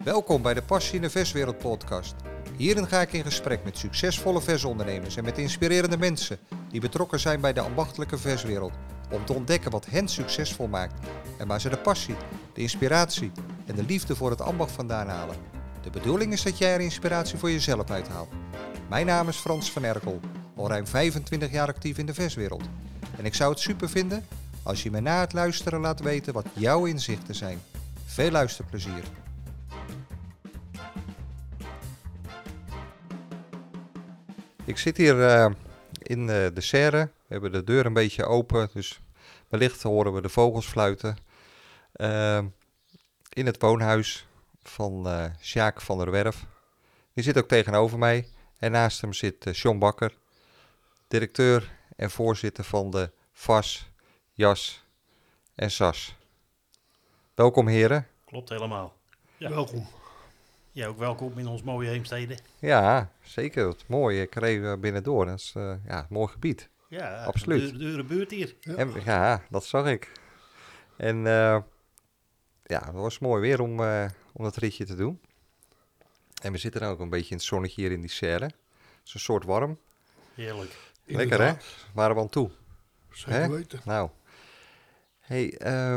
Welkom bij de Passie in de Verswereld podcast. Hierin ga ik in gesprek met succesvolle versondernemers en met inspirerende mensen die betrokken zijn bij de ambachtelijke verswereld. Om te ontdekken wat hen succesvol maakt en waar ze de passie, de inspiratie en de liefde voor het ambacht vandaan halen. De bedoeling is dat jij er inspiratie voor jezelf uithaalt. Mijn naam is Frans van Erkel, al ruim 25 jaar actief in de verswereld. En ik zou het super vinden als je me na het luisteren laat weten wat jouw inzichten zijn. Veel luisterplezier. Ik zit hier in de serre. We hebben de deur een beetje open, dus wellicht horen we de vogels fluiten. In het woonhuis van Sjaak van der Werf. Die zit ook tegenover mij. En naast hem zit John Bakker, directeur en voorzitter van de VAS, JAS en SAS. Welkom heren. Klopt helemaal. Ja. Welkom. Ja, ook welkom in ons mooie Heemstede. Ja, zeker. Wat mooi. Ik reed binnendoor. Dat is een mooi gebied. Ja, absoluut. De dure buurt hier. Ja, dat zag ik. En het was mooi weer om dat ritje te doen. En we zitten dan ook een beetje in het zonnetje hier in die serre. Het is een soort warm. Heerlijk. Lekker hè? Waren we aan toe. Zeker weten. Nou. Hey,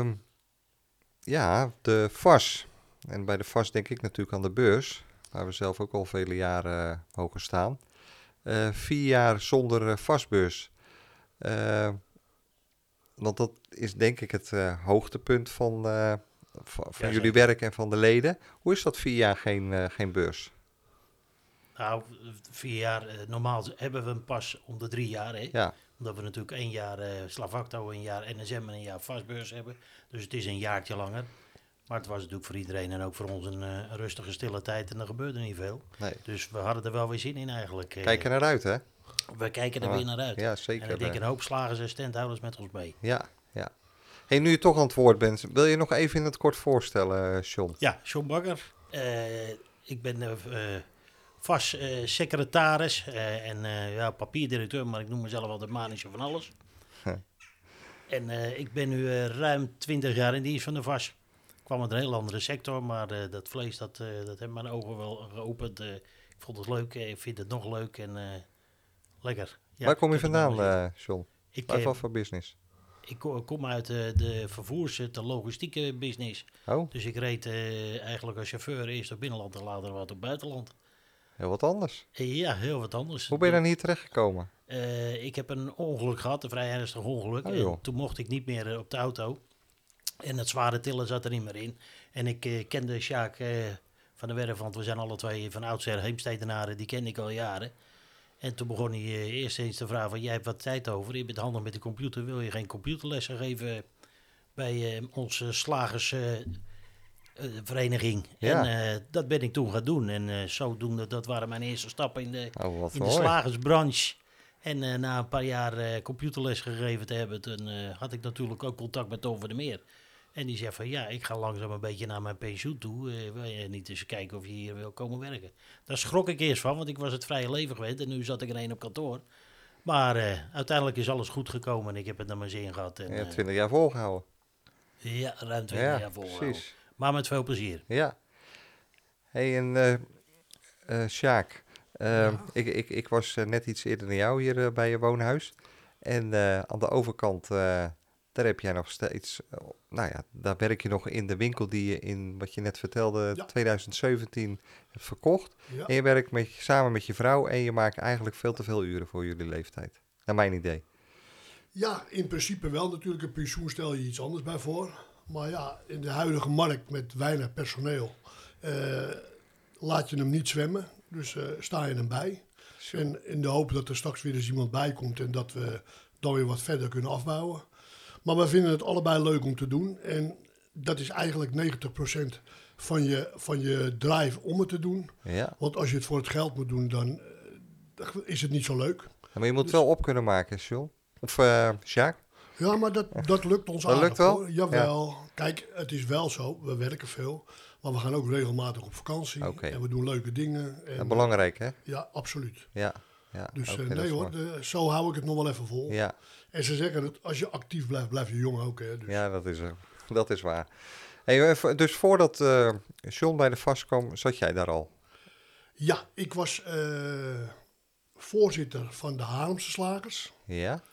de VAS. En bij de VAS denk ik natuurlijk aan de beurs. Waar we zelf ook al vele jaren mogen staan. 4 jaar zonder VAS-beurs. Want dat is denk ik het hoogtepunt van jullie werk en van de leden. Hoe is dat 4 jaar geen beurs? Nou, 4 jaar, normaal hebben we een pas om de 3 jaar. Hè? Ja. Omdat we natuurlijk 1 jaar Slavacto, 1 jaar NSM en 1 jaar VAS-beurs hebben. Dus het is een jaartje langer. Maar het was natuurlijk voor iedereen en ook voor ons een rustige, stille tijd en er gebeurde niet veel. Nee. Dus we hadden er wel weer zin in eigenlijk. Kijk er naar uit, hè? We kijken er weer naar uit. Ja, zeker. En ik denk een hoop slagers en standhouders met ons mee. Ja. Hey, nu je toch aan het woord bent, wil je nog even in het kort voorstellen, John? Ja, John Bakker. Ik ben vast secretaris en papierdirecteur, maar ik noem mezelf al de manager van alles. En ik ben nu ruim 20 jaar in dienst van de VAS. Ik kwam uit een heel andere sector, maar dat vlees dat heeft mijn ogen wel geopend. Ik vond het leuk, ik vind het nog leuk en lekker. Ja, waar kom je vandaan, John? Wat voor business? Ik kom uit de de logistieke business. Oh. Dus ik reed eigenlijk als chauffeur eerst op binnenland en later wat op buitenland. Heel wat anders. Ja, heel wat anders. Hoe ben je dan hier terechtgekomen? Ik heb een ongeluk gehad, een vrij ernstig ongeluk. Oh, en toen mocht ik niet meer op de auto. En het zware tillen zat er niet meer in. En ik kende Sjaak van der Werf, want we zijn alle twee van oudsher Heemstedenaren. Die kende ik al jaren. En toen begon hij eerst eens te vragen van, jij hebt wat tijd over, je bent handig met de computer, wil je geen computerlessen geven bij onze slagersvereniging? Ja. En dat ben ik toen gaan doen. En zodoende, dat waren mijn eerste stappen in de mooi. slagersbranche. En na een paar jaar computerles gegeven te hebben, toen had ik natuurlijk ook contact met Tom van der Meer. En die zei van, ja, ik ga langzaam een beetje naar mijn pensioen toe. Wil je niet eens kijken of je hier wil komen werken? Daar schrok ik eerst van, want ik was het vrije leven gewend. En nu zat ik er op kantoor. Maar uiteindelijk is alles goed gekomen en ik heb het naar mijn zin gehad. En, 20 jaar volgehouden. Ja, ruim 20 jaar volgehouden. Precies. Maar met veel plezier. Ja. Hey, en Sjaak, ik was net iets eerder dan jou hier bij je woonhuis. En aan de overkant, daar heb jij nog steeds, daar werk je nog in de winkel die je in, wat je net vertelde, 2017 hebt verkocht. Ja. En je werkt samen met je vrouw en je maakt eigenlijk veel te veel uren voor jullie leeftijd. Naar mijn idee. Ja, in principe wel. Natuurlijk, een pensioen stel je iets anders bij voor. Maar ja, in de huidige markt met weinig personeel laat je hem niet zwemmen. Dus sta je hem bij. Sure. En in de hoop dat er straks weer eens iemand bij komt en dat we dan weer wat verder kunnen afbouwen. Maar we vinden het allebei leuk om te doen. En dat is eigenlijk 90% van je drive om het te doen. Ja. Want als je het voor het geld moet doen, dan is het niet zo leuk. Ja, maar je moet het wel op kunnen maken, John. Of Sjaak? Ja, maar dat lukt ons Dat aardig. lukt wel? Hoor. Jawel. Kijk, het is wel zo. We werken veel. Maar we gaan ook regelmatig op vakantie. Okay. En we doen leuke dingen. En, belangrijk, hè? Ja, absoluut. Ja. Dus dat nee is hoor, zo hou ik het nog wel even vol. Ja. En ze zeggen dat als je actief blijft, blijf je jong ook. Hè? Dus. Ja, dat is waar. Hey, dus voordat John bij de VAS kwam, zat jij daar al? Ja, ik was voorzitter van de Haarlemse Slagers. Ja?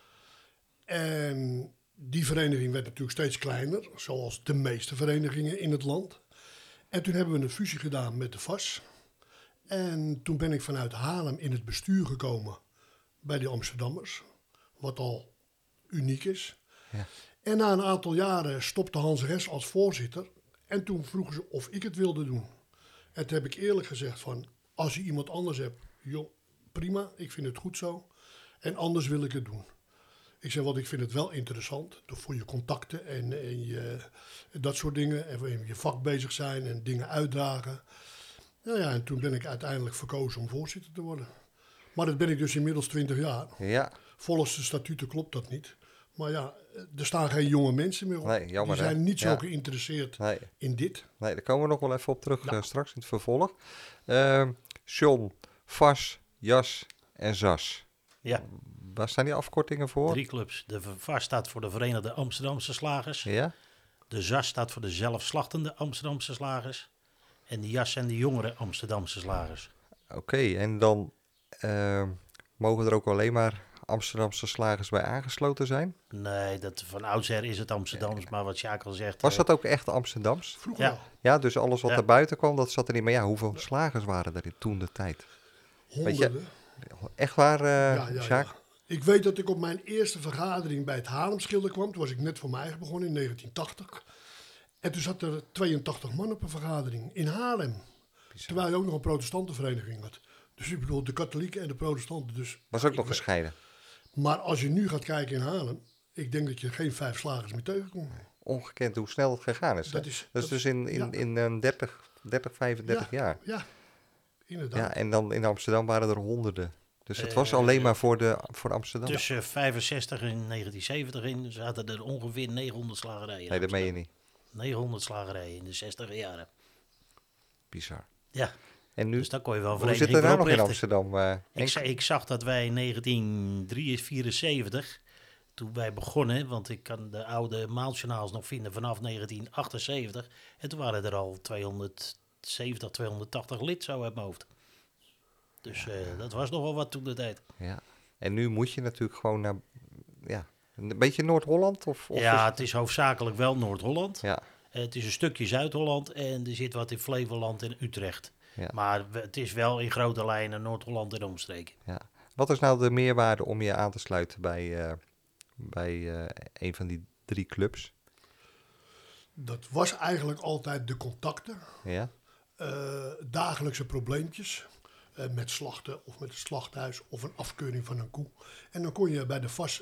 En die vereniging werd natuurlijk steeds kleiner, zoals de meeste verenigingen in het land. En toen hebben we een fusie gedaan met de VAS. En toen ben ik vanuit Haarlem in het bestuur gekomen bij de Amsterdammers, wat al uniek is. Ja. En na een aantal jaren stopte Hans Res als voorzitter. En toen vroegen ze of ik het wilde doen. En toen heb ik eerlijk gezegd van, als je iemand anders hebt, joh, prima, ik vind het goed zo. En anders wil ik het doen. Ik zeg, want ik vind het wel interessant voor je contacten en dat soort dingen. En in je vak bezig zijn en dingen uitdragen. Nou ja, en toen ben ik uiteindelijk verkozen om voorzitter te worden. Maar dat ben ik dus inmiddels 20 jaar. Ja. Volgens de statuten klopt dat niet. Maar ja, er staan geen jonge mensen meer op. Nee, jammer, die zijn hè? niet zo Ja. geïnteresseerd Nee. in dit. Nee, daar komen we nog wel even op terug Ja. straks in het vervolg. John, VAS, JAS en ZAS. Ja, Waar staan die afkortingen voor? 3 clubs. De VAS staat voor de Verenigde Amsterdamse Slagers. Ja? De ZAS staat voor de zelfslachtende Amsterdamse Slagers. En de JAS zijn de jongere Amsterdamse Slagers. Oké, en dan mogen er ook alleen maar Amsterdamse slagers bij aangesloten zijn? Nee, van oudsher is het Amsterdams, maar wat Sjaak al zegt... Was dat ook echt Amsterdams? Vroeger Ja. al. Ja, dus alles wat Ja. er buiten kwam, dat zat er niet. Maar ja, hoeveel slagers waren er in toen de tijd? Honderden. Echt waar, Ja. Sjaak? Ik weet dat ik op mijn eerste vergadering bij het Haarlemschilder kwam. Toen was ik net voor mij eigen begonnen in 1980. En toen zat er 82 man op een vergadering in Haarlem. Terwijl je ook nog een protestantenvereniging had. Dus ik bedoel, de katholieken en de protestanten. Dus, Was ook nog gescheiden. maar als je nu gaat kijken in Haarlem, ik denk dat je geen 5 slagers meer tegenkomt. Ongekend hoe snel het gegaan is. Hè? Dat is- Dat is dat dus in 30, 35 jaar. Ja, inderdaad. Ja, en dan in Amsterdam waren er honderden. Dus het was alleen maar voor Amsterdam. Tussen 65 en 1970 in zaten er ongeveer 900 slagerijen. in Nee, dat meen je Amsterdam. niet. 900 slagerijen in de 60 jaren. Bizar. Ja, En nu, dus daar kon je wel een hoe zit vereniging het nou voor nog in oprichten. Amsterdam? Ik zag dat wij in 1974, toen wij begonnen, want ik kan de oude maaljournaals nog vinden vanaf 1978. En toen waren er al 270, 280 lid zo uit mijn hoofd. Dus dat was nog wel wat toen de tijd. Ja. En nu moet je natuurlijk gewoon naar, een beetje Noord-Holland? Of Ja, het is hoofdzakelijk wel Noord-Holland. Ja, Het is een stukje Zuid-Holland en er zit wat in Flevoland en Utrecht. ja, Maar het is wel in grote lijnen Noord-Holland en omstreken. ja. Wat is nou de meerwaarde om je aan te sluiten bij een van die 3 clubs? Dat was eigenlijk altijd de contacten. Ja, Dagelijkse probleempjes. Met slachten of met het slachthuis of een afkeuring van een koe. En dan kon je bij de VAS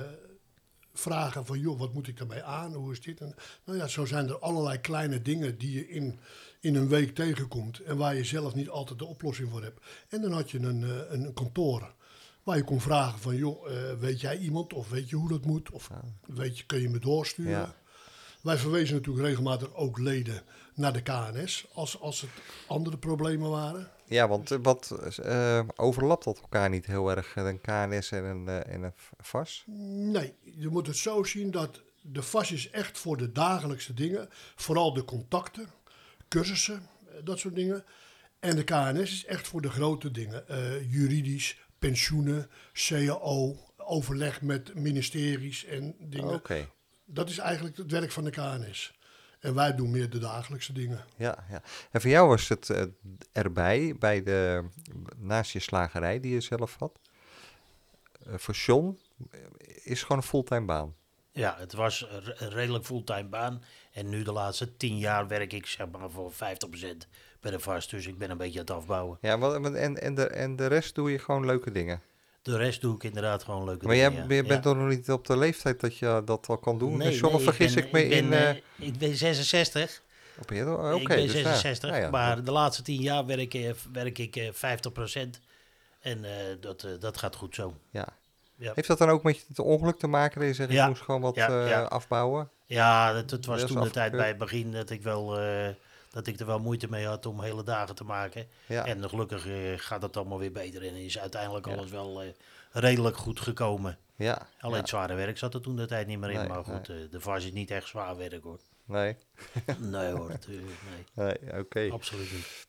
vragen van, joh, wat moet ik daarmee aan? Hoe is dit? En, nou ja, zo zijn er allerlei kleine dingen die je in een week tegenkomt en waar je zelf niet altijd de oplossing voor hebt. En dan had je een kantoor waar je kon vragen van, joh, weet jij iemand of weet je hoe dat moet? Of kun je me doorsturen? Ja. Wij verwezen natuurlijk regelmatig ook leden naar de KNS als het andere problemen waren. ja, want overlapt dat elkaar niet heel erg, een KNS en een VAS? Nee, je moet het zo zien dat de VAS is echt voor de dagelijkse dingen. Vooral de contacten, cursussen, dat soort dingen. En de KNS is echt voor de grote dingen. Juridisch, pensioenen, CAO, overleg met ministeries en dingen. Oké. Dat is eigenlijk het werk van de KNS. En wij doen meer de dagelijkse dingen. Ja, ja. En voor jou was het erbij, naast je slagerij die je zelf had. Voor John is gewoon een fulltime baan. Ja, het was een redelijk fulltime baan. En nu de laatste 10 jaar werk ik zeg maar voor 50% bij de VAS. Dus ik ben een beetje aan het afbouwen. Ja, en de rest doe je gewoon leuke dingen. De rest doe ik inderdaad gewoon leuke Maar dingen. jij bent toch nog niet op de leeftijd dat je dat al kan doen? Nee, John, of vergis ik me in... ik ben 66. Oké, Ik ben dus, 66, nou ja, maar de laatste 10 jaar werk ik 50%. En dat gaat goed zo. ja. Ja. Heeft dat dan ook met het ongeluk te maken? Dat je zegt, Ja. ik moest gewoon wat Ja. afbouwen? Ja, het was Dat is toen de tijd afgekeurd. bij het begin dat ik er wel moeite mee had om hele dagen te maken. Ja. En gelukkig gaat het allemaal weer beter en is uiteindelijk Ja. alles wel redelijk goed gekomen. Ja. Alleen het zware werk zat er toen de tijd niet meer in. Nee, Maar goed, de VAR is niet echt zwaar werk hoor. Nee. Nee hoor, nee. Nee, oké. Absoluut niet.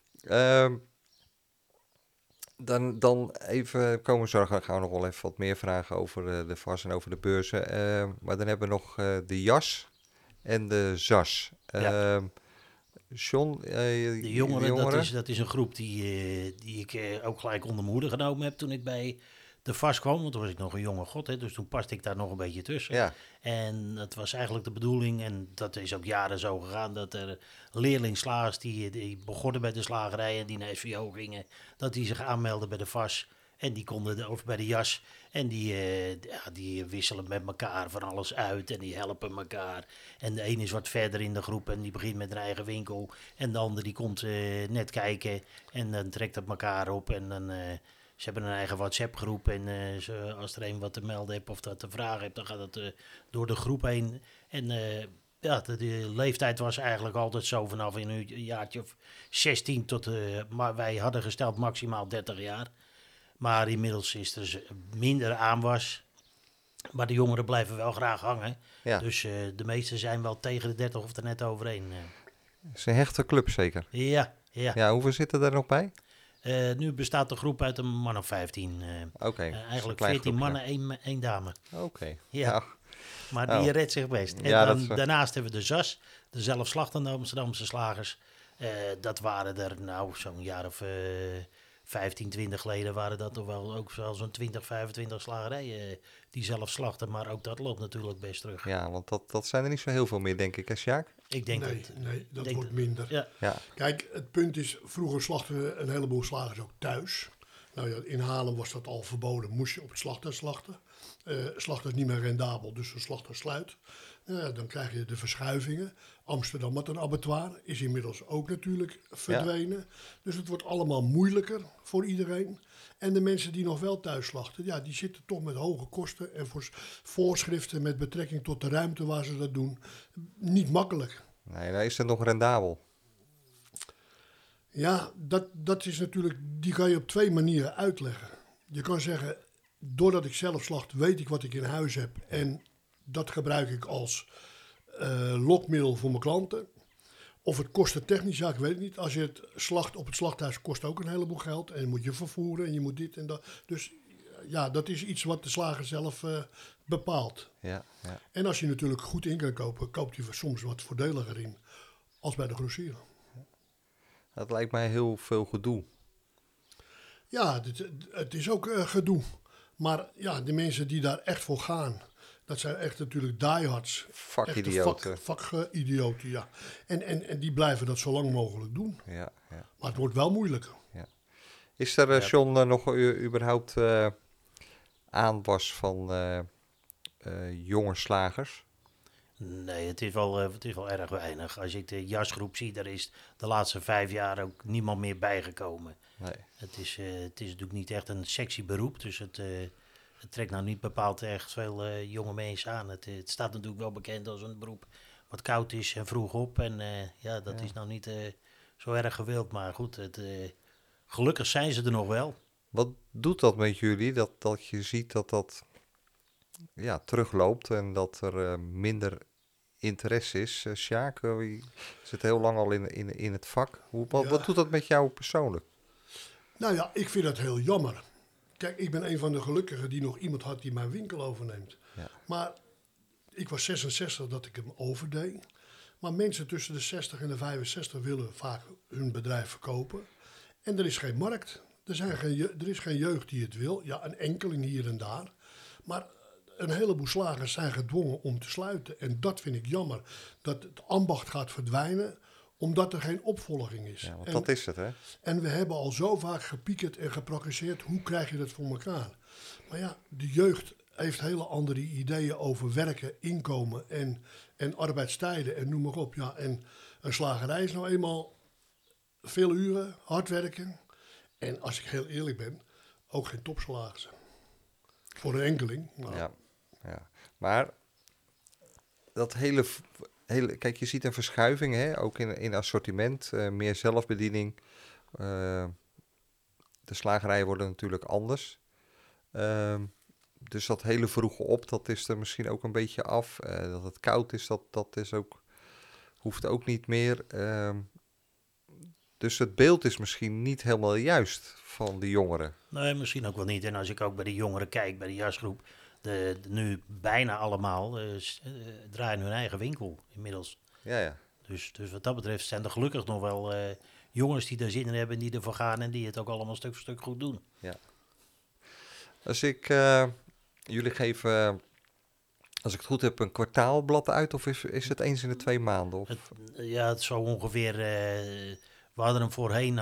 Dan even komen we gaan we nog wel even wat meer vragen over de VAS en over de beurzen. Maar dan hebben we nog de JAS en de ZAS. Ja. John, De jongeren, dat is een groep die ik ook gelijk onder mijn hoede genomen heb toen ik bij de VAS kwam. Want toen was ik nog een jonge god, hè, dus toen paste ik daar nog een beetje tussen. Ja, En het was eigenlijk de bedoeling, en dat is ook jaren zo gegaan, dat er leerlingslagers die begonnen bij de slagerij en die naar SVO gingen, dat die zich aanmelden bij de VAS. En die konden over bij de JAS. En die wisselen met elkaar van alles uit. En die helpen elkaar. En de een is wat verder in de groep en die begint met een eigen winkel. En de ander die komt net kijken. En dan trekt het elkaar op. En dan, ze hebben een eigen WhatsApp groep. En als er een wat te melden heeft of dat te vragen heeft, dan gaat het door de groep heen. En de leeftijd was eigenlijk altijd zo vanaf een jaartje of 16 tot... maar wij hadden gesteld maximaal 30 jaar. Maar inmiddels is er minder aanwas. Maar de jongeren blijven wel graag hangen. ja. Dus de meesten zijn wel tegen de 30 of er net overheen. Het is een hechte club zeker. Ja. Ja, hoeveel zitten er nog bij? Nu bestaat de groep uit een man of 15. Oké. Eigenlijk klein 14 groepje. mannen, één dame. Oké. Ja. Nou, Maar Oh. die redt zich best. En Ja, dan, dat is- daarnaast hebben we de ZAS, de zelfslachtende Amsterdamse slagers. Dat waren er zo'n jaar of 15, 20 geleden waren dat toch wel ook wel zo'n 20, 25 slagerijen die zelf slachten. Maar ook dat loopt natuurlijk best terug. Ja, want dat zijn er niet zo heel veel meer, denk ik, hè, Sjaak? Ik denk Nee, dat... nee, dat denk wordt dat- minder. Ja, Ja. Kijk, het punt is, vroeger slachten een heleboel slagers ook thuis. Nou ja, in Haarlem was dat al verboden, moest je op het slachthuis slachten. Slachthuis is niet meer rendabel, dus een slachthuis sluit. Dan krijg je de verschuivingen. Amsterdam had een abattoir, is inmiddels ook natuurlijk verdwenen. Dus het wordt allemaal moeilijker voor iedereen. En de mensen die nog wel thuis slachten, ja, die zitten toch met hoge kosten. En voor voorschriften met betrekking tot de ruimte waar ze dat doen, niet makkelijk. Nee, dan is het nog rendabel. Ja, dat is natuurlijk, die kan je op twee manieren uitleggen. Je kan zeggen, doordat ik zelf slacht, weet ik wat ik in huis heb. En dat gebruik ik als lokmiddel voor mijn klanten. Of het kost technisch, ja, ik weet het niet. Als je het slacht op het slachthuis, kost ook een heleboel geld. En moet je vervoeren en je moet dit en dat. Dus ja, dat is iets wat de slager zelf bepaalt. Ja. En als je natuurlijk goed in kan kopen, koopt hij soms wat voordeliger in als bij de grossier. Dat lijkt mij heel veel gedoe. Ja, het is ook gedoe. Maar ja, de mensen die daar echt voor gaan, dat zijn echt natuurlijk diehards. Vakidioten. Vakidioten, ja. En die blijven dat zo lang mogelijk doen. Ja. Maar het wordt wel moeilijker. Is er, John, nog überhaupt aanwas van jonge slagers? nee, het is wel erg weinig. Als ik de jasgroep zie, daar is de laatste 5 jaar ook niemand meer bijgekomen. Nee. Het is natuurlijk niet echt een sexy beroep, dus het trekt nou niet bepaald echt veel jonge mensen aan. Het staat natuurlijk wel bekend als een beroep wat koud is en vroeg op. En dat is nou niet zo erg gewild, maar goed, gelukkig zijn ze er nog wel. Wat doet dat met jullie, dat je ziet dat terugloopt en dat er minder interesse is? Sjaak, je zit heel lang al in het vak. Wat doet dat met jou persoonlijk? Nou ja, ik vind dat heel jammer. Kijk, ik ben een van de gelukkigen die nog iemand had die mijn winkel overneemt. Ja. Maar ik was 66 dat ik hem overdeed. Maar mensen tussen de 60 en de 65 willen vaak hun bedrijf verkopen. En er is geen markt. Er is geen jeugd die het wil. Ja, een enkeling hier en daar. Maar een heleboel slagers zijn gedwongen om te sluiten. En dat vind ik jammer. Dat het ambacht gaat verdwijnen omdat er geen opvolging is. Ja, want dat is het, hè? En we hebben al zo vaak gepiekerd en geprogresseerd. Hoe krijg je dat voor elkaar? Maar ja, de jeugd heeft hele andere ideeën over werken, inkomen en arbeidstijden en noem maar op. Ja, en een slagerij is nou eenmaal veel uren, hard werken. En als ik heel eerlijk ben, ook geen topsalaris. Voor een enkeling. Nou, Ja. Maar dat hele... Kijk, je ziet een verschuiving, hè? Ook in assortiment, meer zelfbediening. De slagerijen worden natuurlijk anders. Dus dat hele vroege op, dat is er misschien ook een beetje af. Dat het koud is, dat is ook, hoeft ook niet meer. Dus het beeld is misschien niet helemaal juist van de jongeren. Nee, misschien ook wel niet. En als ik ook bij de jongeren kijk, bij de jasgroep, nu bijna allemaal draaien hun eigen winkel inmiddels. Ja. Dus wat dat betreft zijn er gelukkig nog wel jongens die er zin in hebben, die ervoor gaan en die het ook allemaal stuk voor stuk goed doen. Ja. Als ik jullie geef, als ik het goed heb, een kwartaalblad uit, of is het eens in de 2 maanden? Of? Het is zo ongeveer. We hadden hem voorheen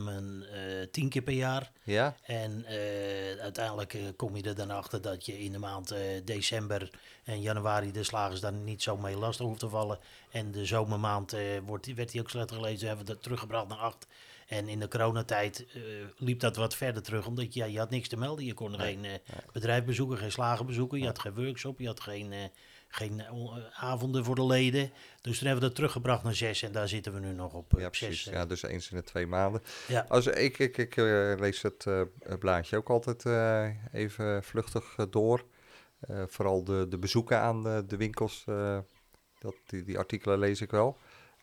10 keer per jaar. Ja? En uiteindelijk kom je er dan achter dat je in de maand december en januari de slagers dan niet zo mee lastig hoeft te vallen. En de zomermaand werd hij ook slecht gelezen. We hebben dat teruggebracht naar 8. En in de coronatijd liep dat wat verder terug, omdat je had niks te melden. Je kon geen bedrijf bezoeken, geen slager bezoeken. Je had geen workshop, je had geen avonden voor de leden. Dus toen hebben we dat teruggebracht naar 6 en daar zitten we nu nog op, Ja, op 6. precies. Ja, dus eens in de 2 maanden. Ja. Als ik lees het blaadje ook altijd even vluchtig door. Vooral de bezoeken aan de winkels, die artikelen lees ik wel.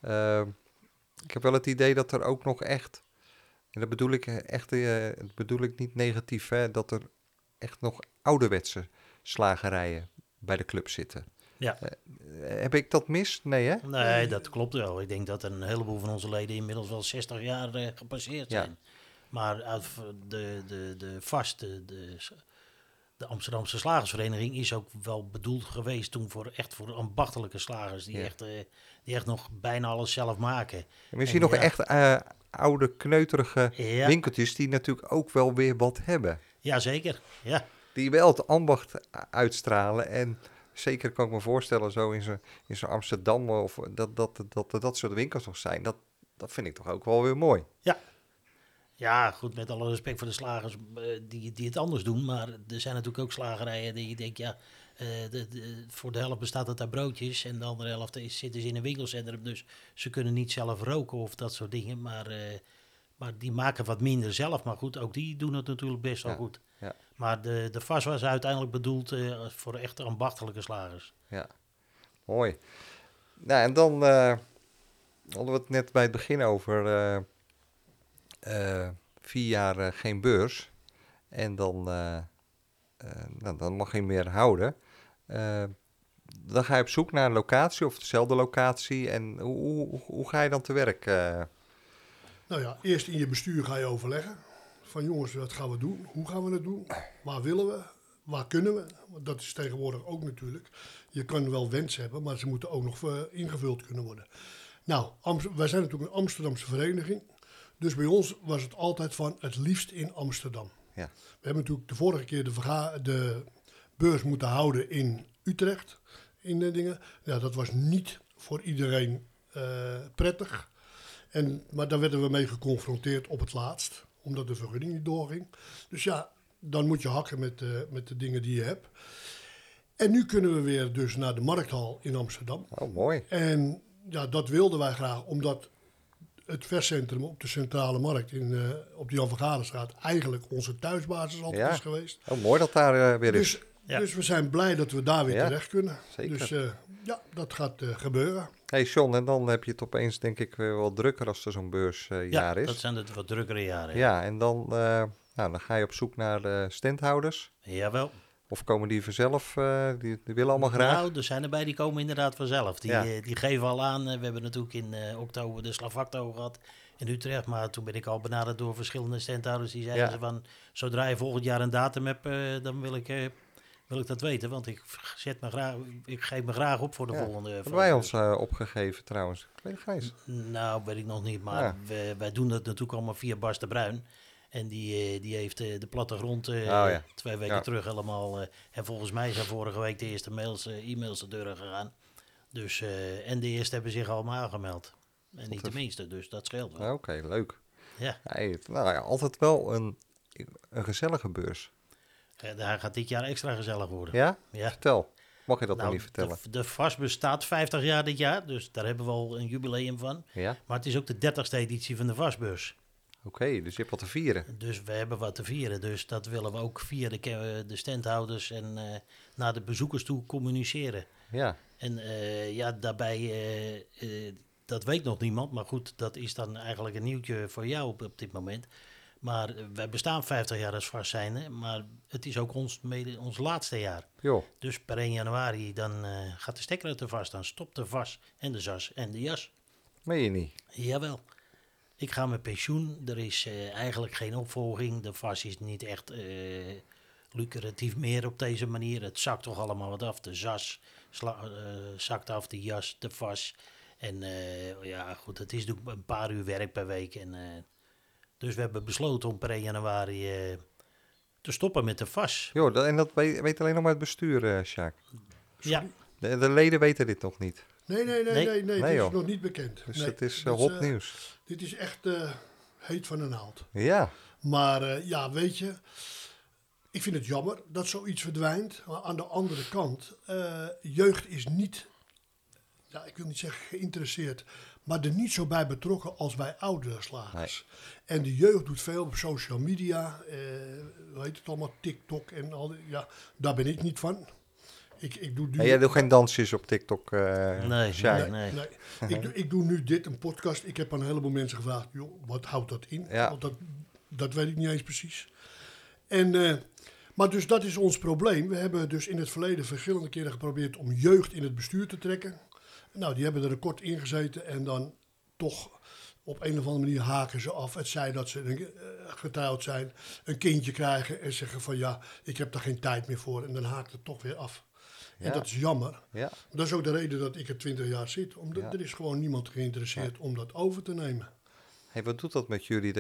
Ik heb wel het idee dat er ook nog echt, en dat bedoel ik echt, dat bedoel ik niet negatief, hè, dat er echt nog ouderwetse slagerijen bij de club zitten. Ja. Heb ik dat mis? Nee, hè? Nee, dat klopt wel. Ik denk dat een heleboel van onze leden inmiddels wel 60 jaar gepasseerd zijn. Maar uit de vaste, de Amsterdamse Slagersvereniging is ook wel bedoeld geweest toen voor ambachtelijke slagers die echt nog bijna alles zelf maken. En we zien nog echt oude, kneuterige winkeltjes die natuurlijk ook wel weer wat hebben. Jazeker, ja. Die wel het ambacht uitstralen. En zeker kan ik me voorstellen, zo in zo'n Amsterdam, of dat soort winkels nog zijn. Dat vind ik toch ook wel weer mooi. Ja. Ja, goed, met alle respect voor de slagers die het anders doen. Maar er zijn natuurlijk ook slagerijen die je denkt, voor de helft bestaat het uit broodjes. En de andere helft zitten ze in een winkelcentrum. Dus ze kunnen niet zelf roken of dat soort dingen. Maar die maken wat minder zelf. Maar goed, ook die doen het natuurlijk best wel goed. Ja. Maar de VAS was uiteindelijk bedoeld voor echte ambachtelijke slagers. Ja, mooi. Nou, en dan hadden we het net bij het begin over 4 jaar geen beurs. En dan mag je meer houden. Dan ga je op zoek naar een locatie of dezelfde locatie. En hoe ga je dan te werk? Nou ja, eerst in je bestuur ga je overleggen. Van jongens, wat gaan we doen? Hoe gaan we het doen? Waar willen we? Waar kunnen we? Want dat is tegenwoordig ook natuurlijk. Je kan wel wensen hebben, maar ze moeten ook nog ingevuld kunnen worden. Nou, wij zijn natuurlijk een Amsterdamse vereniging. Dus bij ons was het altijd van het liefst in Amsterdam. Ja. We hebben natuurlijk de vorige keer de beurs moeten houden in Utrecht. In de dingen. Ja, dat was niet voor iedereen prettig. Maar daar werden we mee geconfronteerd op het laatst. Omdat de vergunning niet doorging. Dus ja, dan moet je hakken met de dingen die je hebt. En nu kunnen we weer dus naar de Markthal in Amsterdam. Oh, mooi. En ja, dat wilden wij graag, omdat het verscentrum op de Centrale Markt op de Jan van Galenstraat eigenlijk onze thuisbasis altijd is geweest. Oh, mooi dat daar weer is. Dus we zijn blij dat we daar weer terecht kunnen. Zeker. Dus dat gaat gebeuren. Hey John, en dan heb je het opeens denk ik weer wel drukker als er zo'n beursjaar is. Dat zijn de wat drukkere jaren. Ja, en dan ga je op zoek naar de standhouders. Jawel. Of komen die vanzelf? Die willen allemaal graag? Nou, er zijn erbij die komen inderdaad vanzelf. Die geven al aan. We hebben natuurlijk in oktober de Slavacto gehad in Utrecht. Maar toen ben ik al benaderd door verschillende standhouders. Die zeiden van, zodra je volgend jaar een datum hebt, dan wil ik dat weten. Want ik geef me graag op voor de volgende. Hebben wij ons opgegeven trouwens? Ik weet het Gijs. Nou, weet ik nog niet. Maar wij doen dat natuurlijk allemaal via Bas de Bruin. En die heeft de plattegrond 2 weken terug helemaal. En volgens mij zijn vorige week de eerste e-mails de deur gegaan. Dus, en de eerste hebben zich allemaal aangemeld. En niet de minste, dus dat scheelt wel. Oké, leuk. Ja. Altijd wel een gezellige beurs. Hij gaat dit jaar extra gezellig worden. Ja? Ja. Vertel. Mag je dat nog niet vertellen? De VAS bestaat 50 jaar dit jaar, dus daar hebben we al een jubileum van. Ja. Maar het is ook de 30ste editie van de VAS-beurs. Oké, dus je hebt wat te vieren. Dus we hebben wat te vieren. Dus dat willen we ook via de standhouders en naar de bezoekers toe communiceren. Ja, En daarbij, dat weet nog niemand. Maar goed, dat is dan eigenlijk een nieuwtje voor jou op dit moment. Maar wij bestaan 50 jaar als vast zijnde. Maar het is ook ons laatste jaar. joh. Dus per 1 januari dan gaat de stekker uit de vast. Dan stopt de vas en de zas en de jas. Meen je niet? Jawel. Ik ga met pensioen. Er is eigenlijk geen opvolging. De vas is niet echt lucratief meer op deze manier. Het zakt toch allemaal wat af. De zas zakt af, de jas, de vas. En goed, het is natuurlijk een paar uur werk per week. En, dus we hebben besloten om per 1 januari te stoppen met de vas. Joh, en dat weet alleen nog maar het bestuur, Sjaak. Ja, De leden weten dit nog niet. Nee, Nee. dit is joh. nog niet bekend. Dus Nee, het is dat hot nieuws. Dit is echt heet van de naald. Ja, Maar weet je, ik vind het jammer dat zoiets verdwijnt. Maar aan de andere kant, jeugd is niet, ik wil niet zeggen geïnteresseerd, maar er niet zo bij betrokken als bij oudere slagers. En de jeugd doet veel op social media, hoe heet het allemaal, TikTok en al die, daar ben ik niet van. Ik doe nu, en jij doet geen dansjes op TikTok, Nee, Sjaak? nee. Ik doe nu dit, een podcast. Ik heb aan een heleboel mensen gevraagd, joh, wat houdt dat in? Ja. Want dat weet ik niet eens precies. En, maar dus dat is ons probleem. We hebben dus in het verleden verschillende keren geprobeerd om jeugd in het bestuur te trekken. Nou, die hebben er een kort in gezeten en dan toch op een of andere manier haken ze af. Het zij dat ze getrouwd zijn, een kindje krijgen en zeggen van ja, ik heb daar geen tijd meer voor. En dan haakt het toch weer af. Ja. En dat is jammer. Ja. Dat is ook de reden dat ik er 20 jaar zit. Omdat Ja. er is gewoon niemand geïnteresseerd om dat over te nemen. Hey, wat doet dat met jullie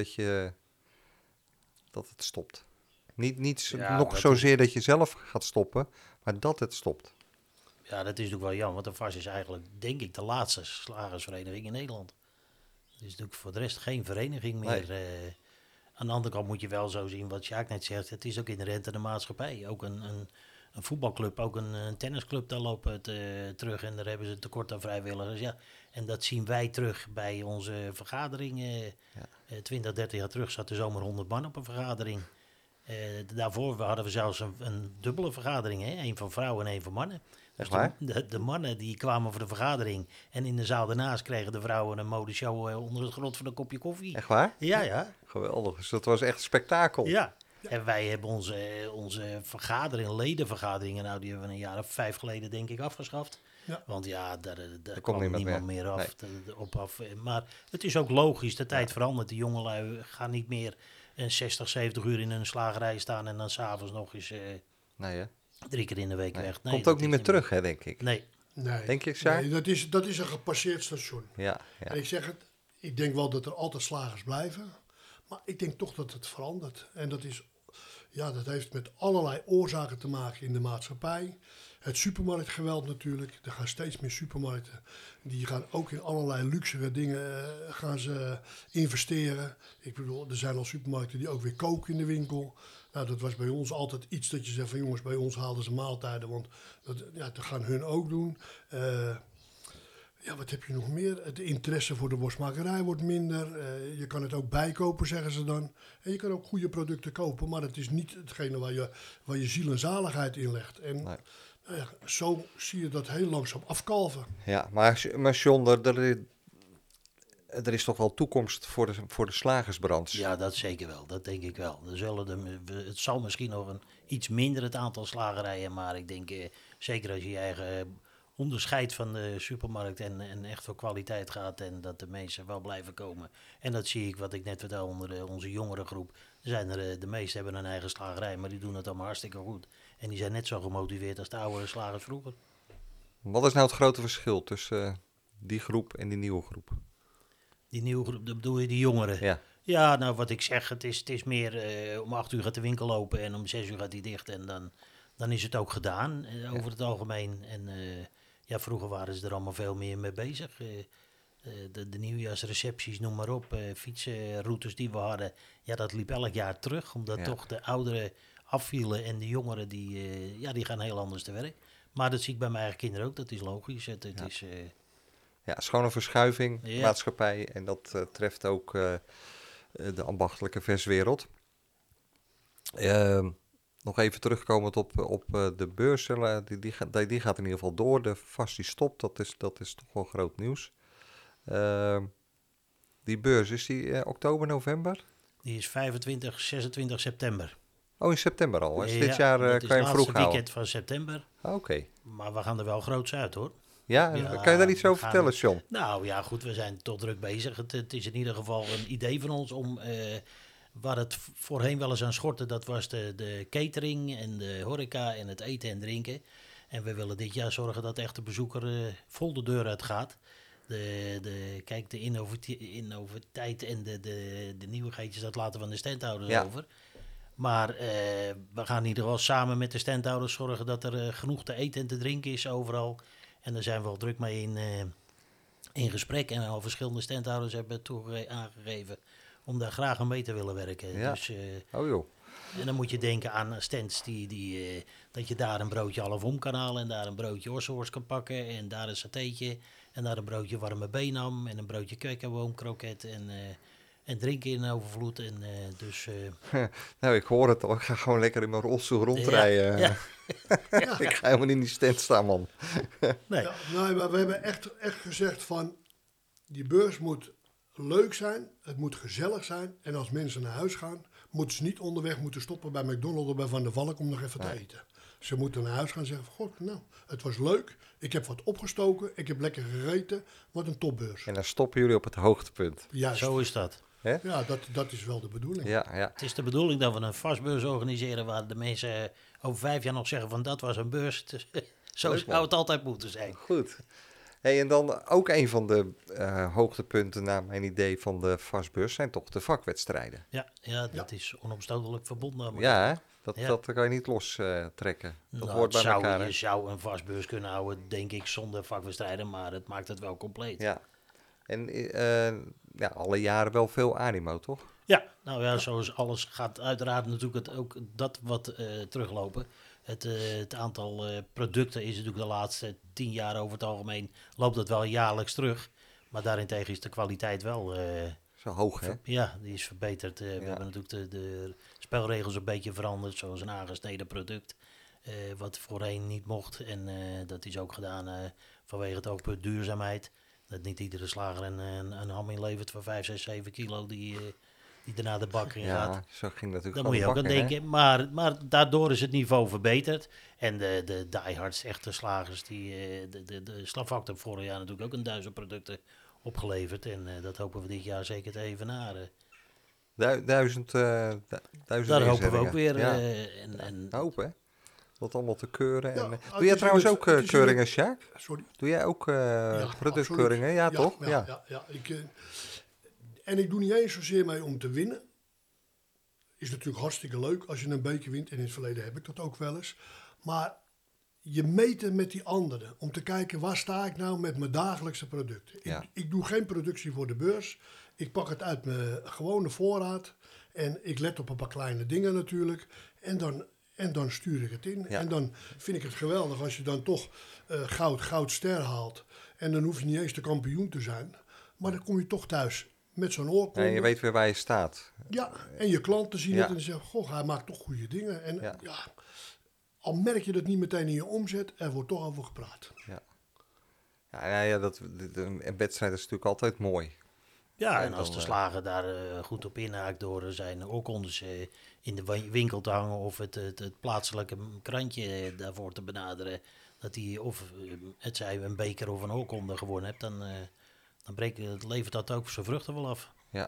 dat het stopt? Niet Ja, nog dat zozeer dat je zelf gaat stoppen, maar dat het stopt. Ja, dat is natuurlijk wel jammer, want de VAS is eigenlijk, denk ik, de laatste slagersvereniging in Nederland. Er is natuurlijk voor de rest geen vereniging meer. Aan de andere kant moet je wel zo zien, wat Sjaak net zegt, het is ook inherent aan de maatschappij. Ook een voetbalclub, ook een tennisclub, daar lopen het terug en daar hebben ze tekort aan vrijwilligers. Ja. En dat zien wij terug bij onze vergaderingen. 20, 30 jaar terug zat er zomaar 100 man op een vergadering. Daarvoor hadden we zelfs een dubbele vergadering, hè? Eén van vrouwen en één van mannen. Dus Echt waar? de mannen die kwamen voor de vergadering en in de zaal daarnaast kregen de vrouwen een modeshow onder het genot van een kopje koffie. Echt waar? Ja. Geweldig. Dus dat was echt een spektakel. Ja. En wij hebben onze ledenvergaderingen, nou, die hebben we een jaar of 5 geleden denk ik afgeschaft. Ja. Want ja, daar komt kwam niemand niemand meer af, Nee. op af. Maar het is ook logisch, de tijd verandert. De jongelui gaan niet meer 60, 70 uur in een slagerij staan en dan s'avonds nog eens Nee, hè? 3 keer in de week Nee. weg. Nee, Komt dat ook niet is meer terug, hè, denk ik. Nee. Nee, Denk je, Sjaak? nee, dat is een gepasseerd station. Ja. En ik zeg het, ik denk wel dat er altijd slagers blijven. Maar ik denk toch dat het verandert. En dat heeft met allerlei oorzaken te maken in de maatschappij. Het supermarktgeweld natuurlijk. Er gaan steeds meer supermarkten. Die gaan ook in allerlei luxere dingen gaan ze investeren. Ik bedoel, er zijn al supermarkten die ook weer koken in de winkel. Nou, dat was bij ons altijd iets dat je zegt van jongens, bij ons haalden ze maaltijden. Want dat gaan hun ook doen. Wat heb je nog meer? De interesse voor de worstmakerij wordt minder. Je kan het ook bijkopen, zeggen ze dan. En je kan ook goede producten kopen, maar het is niet hetgene waar je ziel en zaligheid in legt. En Nee. zo zie je dat heel langzaam afkalven. Ja, maar John, er is toch wel toekomst voor de slagersbranche? Ja, dat zeker wel. Dat denk ik wel. Het zal misschien nog iets minder het aantal slagerijen, maar ik denk zeker als je je eigen onderscheid van de supermarkt en echt voor kwaliteit gaat en dat de mensen wel blijven komen. En dat zie ik, wat ik net vertel, onder onze jongere groep. De meesten hebben een eigen slagerij, maar die doen het allemaal hartstikke goed. En die zijn net zo gemotiveerd als de oude slagers vroeger. Wat is nou het grote verschil tussen die groep en die nieuwe groep? Die nieuwe groep, dat bedoel je die jongeren? Ja. Ja, nou wat ik zeg, het is meer om 8 uur gaat de winkel open en om 6 uur gaat die dicht. En dan is het ook gedaan over het algemeen. En vroeger waren ze er allemaal veel meer mee bezig. De nieuwjaarsrecepties, noem maar op, fietsenroutes die we hadden. Ja, dat liep elk jaar terug, omdat toch de ouderen afvielen en de jongeren die gaan heel anders te werk. Maar dat zie ik bij mijn eigen kinderen ook, dat is logisch. Het is... Ja, schone verschuiving, Ja. maatschappij. En dat treft ook de ambachtelijke verswereld. Nog even terugkomend op de beurs. Die gaat in ieder geval door. De VAS die stopt, dat is toch wel groot nieuws. Die beurs, is die oktober, november? Die is 25, 26 september. Oh, in september al. Dus Ja, dit jaar dat is kan je het hem vroeg laatste houden. weekend van september. Oké. Maar we gaan er wel groots uit, hoor. Ja, Ja, kan je daar iets we over gaan- vertellen, John? Nou ja, goed, we zijn toch druk bezig. Het is in ieder geval een idee van ons om... waar het voorheen wel eens aan schortte, dat was de catering en de horeca en het eten en drinken. En we willen dit jaar zorgen dat echt de bezoeker vol de deur uit gaat. Kijk, de innovativiteit en de nieuwigheidjes, dat laten we aan de standhouders Ja. over. Maar we gaan in ieder geval samen met de standhouders zorgen dat er genoeg te eten en te drinken is overal. En daar zijn we al druk mee in gesprek. En al verschillende standhouders hebben aangegeven om daar graag aan mee te willen werken. Ja. Dus, Oh joh. en dan moet je denken aan stands dat je daar een broodje halfom kan halen en daar een broodje ossenworst kan pakken en daar een satéetje en daar een broodje warme beenham en een broodje kwekkenboomkroket en drinken in overvloed. En, Nou, ik hoor het al. Ik ga gewoon lekker in mijn rolstoel rondrijden. Ja. Ik ga helemaal in die stand staan, man. Nee. Ja, nou, maar we hebben echt gezegd van, die beurs moet leuk zijn, het moet gezellig zijn. En als mensen naar huis gaan, moeten ze niet onderweg moeten stoppen bij McDonald's of bij Van der Valk om nog even te eten. Ze moeten naar huis gaan en zeggen van, god, nou, het was leuk. Ik heb wat opgestoken, ik heb lekker gegeten. Wat een topbeurs. En dan stoppen jullie op het hoogtepunt. Juist. Zo is dat. Ja, dat is wel de bedoeling. Ja. Het is de bedoeling dat we een vastbeurs organiseren waar de mensen over 5 jaar nog zeggen van dat was een beurs. Zo Leuk, zou man. het altijd moeten zijn. Goed. Hey, en dan ook een van de hoogtepunten naar mijn idee van de vastbeurs zijn toch de vakwedstrijden. Ja, dat is onomstotelijk verbonden aan elkaar. Ja, hè? Ja. Dat kan je niet los trekken. Dat Nou, hoort bij het elkaar. Hè? je zou een vastbeurs kunnen houden, denk ik, zonder vakwedstrijden, maar het maakt het wel compleet. Ja. En alle jaren wel veel animo, toch? Ja, nou ja, zoals alles gaat uiteraard natuurlijk ook dat wat teruglopen. Het aantal producten is natuurlijk de laatste 10 jaar over het algemeen, loopt dat wel jaarlijks terug. Maar daarentegen is de kwaliteit wel, Zo hoog, hè? ja, die is verbeterd. We hebben natuurlijk de spelregels een beetje veranderd, zoals een aangesneden product. Wat voorheen niet mocht. En dat is ook gedaan vanwege het oogpunt duurzaamheid. Dat niet iedere slager een ham inlevert van 5, 6, 7 kilo die daarna de bak in gaat. Ja, zo ging natuurlijk Daar van moet je de ook aan bak in, hè? denken. Maar daardoor is het niveau verbeterd. En de diehards, echte slagers, de Slavak heeft vorig jaar natuurlijk ook 1000 producten opgeleverd. En dat hopen we dit jaar zeker te evenaren. 1000 Daar hopen we ook weer. Ja. En Hoop, hè? Dat allemaal te keuren. Ja, En, het doe jij is trouwens in ook het- het is in keuringen, Sjaak? Sorry. Doe jij ook Ja, productkeuringen? Ja, absoluut. toch? Ja. En ik doe niet eens zozeer mee om te winnen. Is natuurlijk hartstikke leuk als je een beker wint. En in het verleden heb ik dat ook wel eens. Maar je meten met die anderen. Om te kijken, waar sta ik nou met mijn dagelijkse producten. Ja. Ik doe geen productie voor de beurs. Ik pak het uit mijn gewone voorraad. En ik let op een paar kleine dingen natuurlijk. En dan stuur ik het in. Ja. En dan vind ik het geweldig als je dan toch goudster haalt. En dan hoef je niet eens de kampioen te zijn. Maar dan kom je toch thuis met zo'n oorkonde. En je weet weer waar je staat. Ja, en je klanten zien Ja. het en die zeggen, goh, hij maakt toch goede dingen. En Ja. ja, al merk je dat niet meteen in je omzet, er wordt toch over gepraat. Een wedstrijd is natuurlijk altijd mooi. Ja, En en als dan, de slager daar goed op inhaakt door zijn oorkondes in de winkel te hangen of het plaatselijke krantje daarvoor te benaderen, dat hij of het zij een beker of een oorkonde gewonnen hebt, dan levert dat ook zijn vruchten wel af. Ja.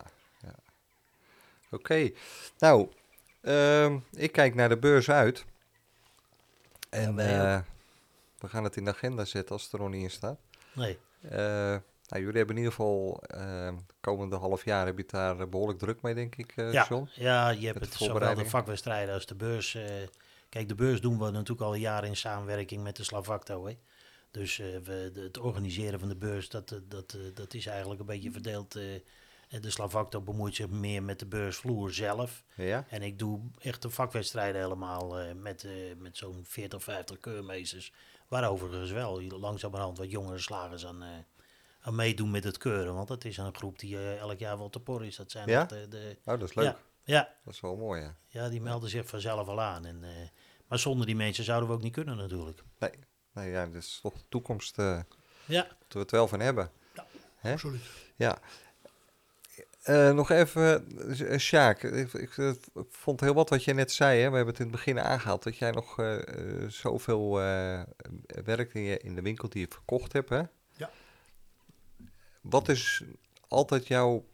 Oké. Nou, ik kijk naar de beurs uit. En wij we gaan het in de agenda zetten als het er nog niet in staat. Nee. Jullie hebben in ieder geval komende half jaar heb je het daar behoorlijk druk mee, denk ik, John. Ja, je Met hebt de het zowel de voorbereidingen. vakwedstrijden als de beurs. Kijk, de beurs doen we natuurlijk al jaren in samenwerking met de Slavacto. Hè? Dus het organiseren van de beurs, dat is eigenlijk een beetje verdeeld. De Slavacto bemoeit zich meer met de beursvloer zelf. Ja? En ik doe echt de vakwedstrijden helemaal met zo'n 40, 50 keurmeesters. Waar overigens wel langzamerhand wat jongere slagers aan meedoen met het keuren. Want het is een groep die elk jaar wel te porren is. Dat zijn Ja? echt de... Oh, dat is leuk. Ja, Dat is wel mooi, ja. ja, die melden zich vanzelf al aan. Maar zonder die mensen zouden we ook niet kunnen natuurlijk. Nee, ja, dat is toch de toekomst Ja. dat we het wel van hebben. Hè? Absoluut. Ja. Nog even, Sjaak, ik vond heel wat je net zei. Hè? We hebben het in het begin aangehaald dat jij nog zoveel werkt in de winkel die je verkocht hebt. Hè? Ja. Wat is altijd jouw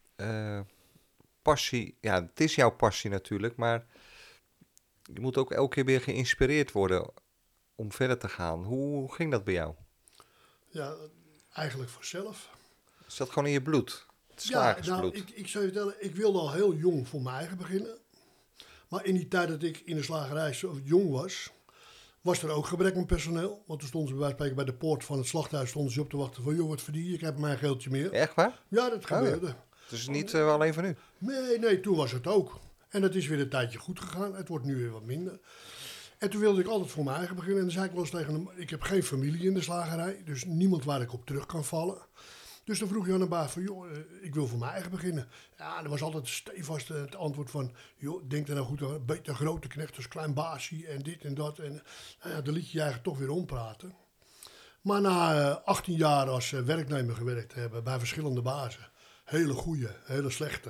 passie? Ja, het is jouw passie natuurlijk, maar je moet ook elke keer weer geïnspireerd worden om verder te gaan. Hoe ging dat bij jou? Ja, eigenlijk vanzelf. Is dat gewoon in je bloed? Het Ja, nou, slagersbloed? ik zou je vertellen, ik wilde al heel jong voor mijn eigen beginnen. Maar in die tijd dat ik in de slagerij zo jong was er ook gebrek aan personeel. Want toen stonden ze bij wijze van spreken bij de poort van het slachthuis stonden ze op te wachten van, joh, wat verdien je? Ik heb mijn geldje meer. Echt waar? Ja, dat gebeurde. Het is niet alleen van nu. Nee, toen was het ook. En dat is weer een tijdje goed gegaan. Het wordt nu weer wat minder. En toen wilde ik altijd voor mijn eigen beginnen. En dan zei ik wel eens tegen hem, ik heb geen familie in de slagerij. Dus niemand waar ik op terug kan vallen. Dus dan vroeg je aan de baas van, joh, ik wil voor mijn eigen beginnen. Ja, er was altijd stevast het antwoord van, joh, denk er nou goed aan, beter grote knecht als klein baasje en dit en dat. En nou ja, dan liet je eigenlijk toch weer ompraten. Maar na 18 jaar als werknemer gewerkt te hebben bij verschillende bazen. Hele goede, hele slechte.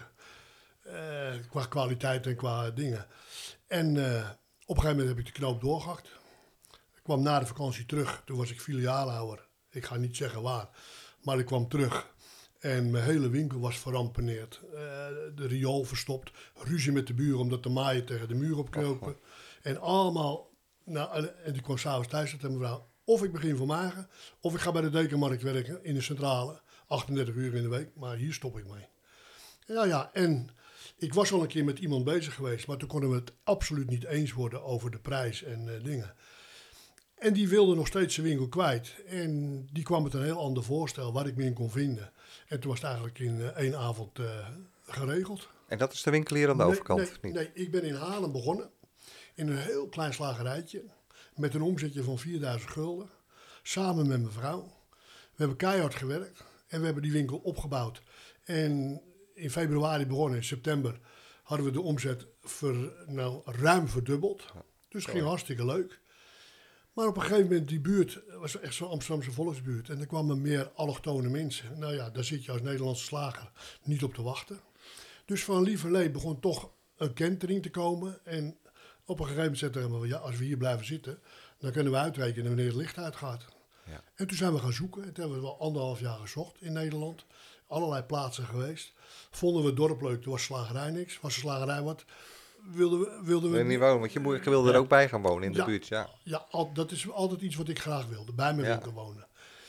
Qua kwaliteit en qua dingen. En op een gegeven moment heb ik de knoop doorgehakt. Ik kwam na de vakantie terug. Toen was ik filiaalhouder. Ik ga niet zeggen waar. Maar ik kwam terug. En mijn hele winkel was verrampeneerd. De riool verstopt. Ruzie met de buren omdat de maaien tegen de muur opkropen. En allemaal... Nou, en ik kwam s'avonds thuis tegen mijn vrouw. Of ik begin voor magen. Of ik ga bij de Dekenmarkt werken in de centrale. 38 uur in de week. Maar hier stop ik mee. Ja, en ik was al een keer met iemand bezig geweest. Maar toen konden we het absoluut niet eens worden over de prijs en dingen. En die wilde nog steeds zijn winkel kwijt. En die kwam met een heel ander voorstel waar ik me in kon vinden. En toen was het eigenlijk in 1 avond geregeld. En dat is de winkel hier aan de overkant, of niet? Nee, ik ben in Haarlem begonnen. In een heel klein slagerijtje. Met een omzetje van 4000 gulden. Samen met mijn vrouw. We hebben keihard gewerkt. En we hebben die winkel opgebouwd. En in februari begonnen. In september hadden we de omzet ruim verdubbeld. Dus het ging hartstikke leuk. Maar op een gegeven moment, die buurt was echt zo'n Amsterdamse volksbuurt. En er kwamen meer allochtone mensen. Nou ja, daar zit je als Nederlandse slager niet op te wachten. Dus van lieverlee begon toch een kentering te komen. En op een gegeven moment zeiden we, ja, als we hier blijven zitten, dan kunnen we uitrekenen wanneer het licht uitgaat. Ja. En toen zijn we gaan zoeken. En toen hebben we wel 1,5 jaar gezocht in Nederland. Allerlei plaatsen geweest. Vonden we het dorp leuk, toen was slagerij niks. Was de slagerij wat... Wilden we niet wonen, want je wilde er ook bij gaan wonen in de buurt, ja. Ja, dat is altijd iets wat ik graag wilde, bij mijn winkel wonen.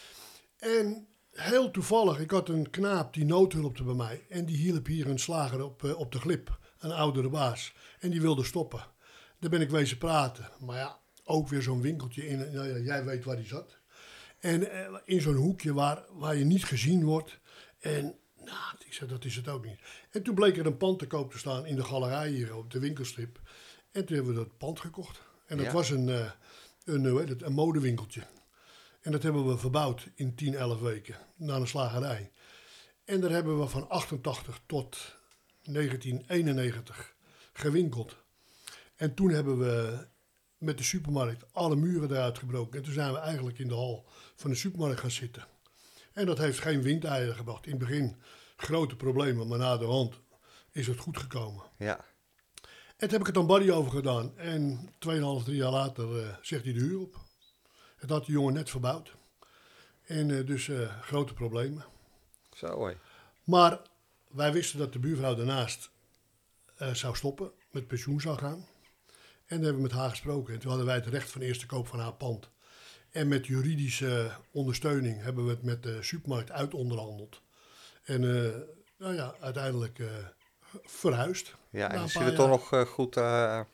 En heel toevallig, ik had een knaap die noodhulpte bij mij. En die hielp hier een slager op de glip, een oudere baas. En die wilde stoppen. Daar ben ik wezen praten. Maar ja, ook weer zo'n winkeltje in, nou ja, jij weet waar die zat. En in zo'n hoekje waar je niet gezien wordt. En... Nou, ik zei, dat is het ook niet. En toen bleek er een pand te koop te staan in de galerij hier op de winkelstrip. En toen hebben we dat pand gekocht. En dat was een modewinkeltje. En dat hebben we verbouwd in 10, 11 weken naar een slagerij. En daar hebben we van 88 tot 1991 gewinkeld. En toen hebben we met de supermarkt alle muren eruit gebroken. En toen zijn we eigenlijk in de hal van de supermarkt gaan zitten. En dat heeft geen windeieren gebracht. In het begin grote problemen, maar na de hand is het goed gekomen. Ja. En toen heb ik het aan Barry over gedaan. En 2,5, 3 jaar later zegt hij de huur op. Het had die jongen net verbouwd. En dus grote problemen. Zo hé. Maar wij wisten dat de buurvrouw daarnaast zou stoppen, met pensioen zou gaan. En daar hebben we met haar gesproken. En toen hadden wij het recht van eerste koop van haar pand. En met juridische ondersteuning hebben we het met de supermarkt uitonderhandeld. En nou ja, uiteindelijk verhuisd. Ja, en is je er toch nog goed er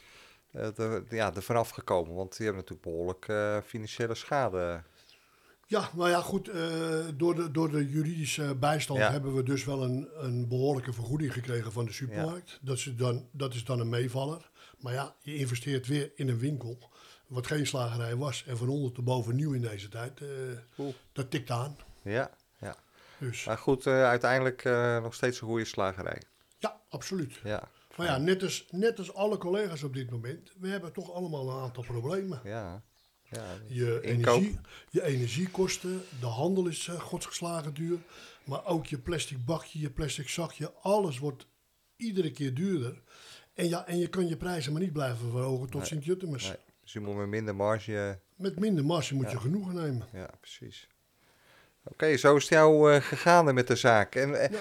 vanaf gekomen? Want die hebben natuurlijk behoorlijk financiële schade. Ja, nou ja, goed. Door de juridische bijstand hebben we dus wel een behoorlijke vergoeding gekregen van de supermarkt. Ja. Dat is dan een meevaller. Maar ja, je investeert weer in een winkel wat geen slagerij was. En van onder te boven nieuw in deze tijd. Dat tikt aan. Ja, Dus Maar goed, uiteindelijk nog steeds een goede slagerij. ja, absoluut. Ja, Maar ja, net als alle collega's op dit moment, we hebben toch allemaal een aantal problemen. ja. Je energiekosten, de handel is godsgeslagen duur. Maar ook je plastic bakje, je plastic zakje, alles wordt iedere keer duurder. En je kan je prijzen maar niet blijven verhogen tot Sint-Jutemus. Nee. Dus je moet met minder marge... Met minder marge moet je genoegen nemen. Ja, precies. Oké, zo is het jou gegaan met de zaak. En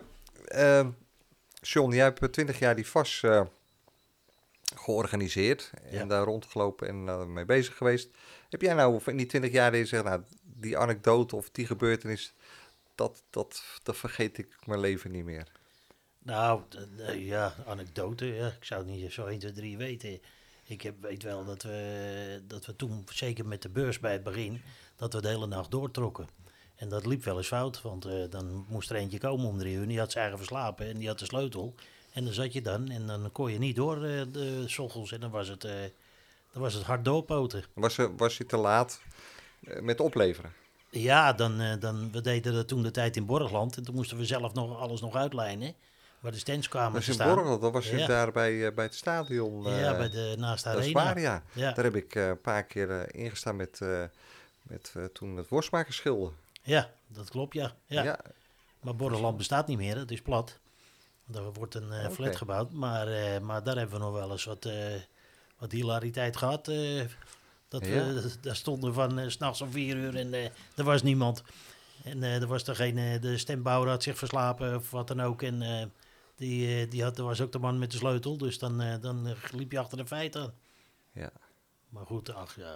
John, jij hebt 20 jaar die VAS georganiseerd en daar rondgelopen en mee bezig geweest. Heb jij nou in die 20 jaar dat je zegt, nou, die anekdote of die gebeurtenis, dat vergeet ik mijn leven niet meer? Nou, anekdote. Ja. Ik zou het niet zo 1, 2, 3 weten. Ik weet wel dat we toen, zeker met de beurs bij het begin, dat we de hele nacht doortrokken. En dat liep wel eens fout, want dan moest er eentje komen om 3 uur. Die had zijn eigen verslapen en die had de sleutel. En dan zat je dan en dan kon je niet door de sochels en dan was het hard doorpoten. Was je te laat met opleveren? Ja, we deden dat toen de tijd in Borgland en toen moesten we zelf alles nog uitlijnen. Waar de stands kwamen Dat te is in staan. Borgland, dan was je daar bij het stadion. Naast de dat arena. is waar, ja. Ja. Daar heb ik een paar keer ingestaan met toen het worstmakersschilder. Ja, dat klopt, ja. Ja. Maar Borreland bestaat niet meer, het is plat. Er wordt een flat gebouwd, maar daar hebben we nog wel eens wat hilariteit gehad. Daar stonden van 's nachts om 4 uur en er was niemand. En er was de stembouwer had zich verslapen of wat dan ook. En er was ook de man met de sleutel, dus dan liep je achter de feiten aan. Ja. Maar goed,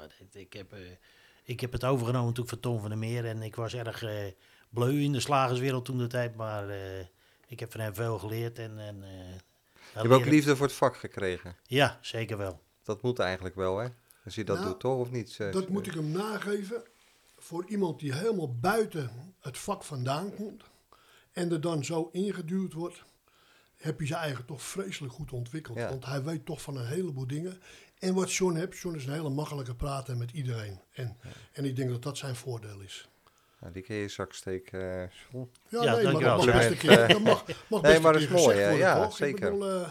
ik heb het overgenomen natuurlijk van Tom van der Meer. En ik was erg bleu in de slagerswereld toen de tijd. Maar ik heb van hem veel geleerd. Je hebt ook liefde voor het vak gekregen. Ja, zeker wel. Dat moet eigenlijk wel, hè? Als je dat doet, toch? Of niet? Dat moet ik hem nageven. Voor iemand die helemaal buiten het vak vandaan komt en er dan zo ingeduwd wordt, heb je zijn eigen toch vreselijk goed ontwikkeld. Ja. Want hij weet toch van een heleboel dingen. En wat John is een hele makkelijke prater met iedereen. En ik denk dat dat zijn voordeel is. Nou, die kun je zak steken, John. Ja, nee, maar dankjewel. dat mag best een keer. Dat mag Nee, best maar een dat keer is mooi, gezegd worden, ja, toch? zeker.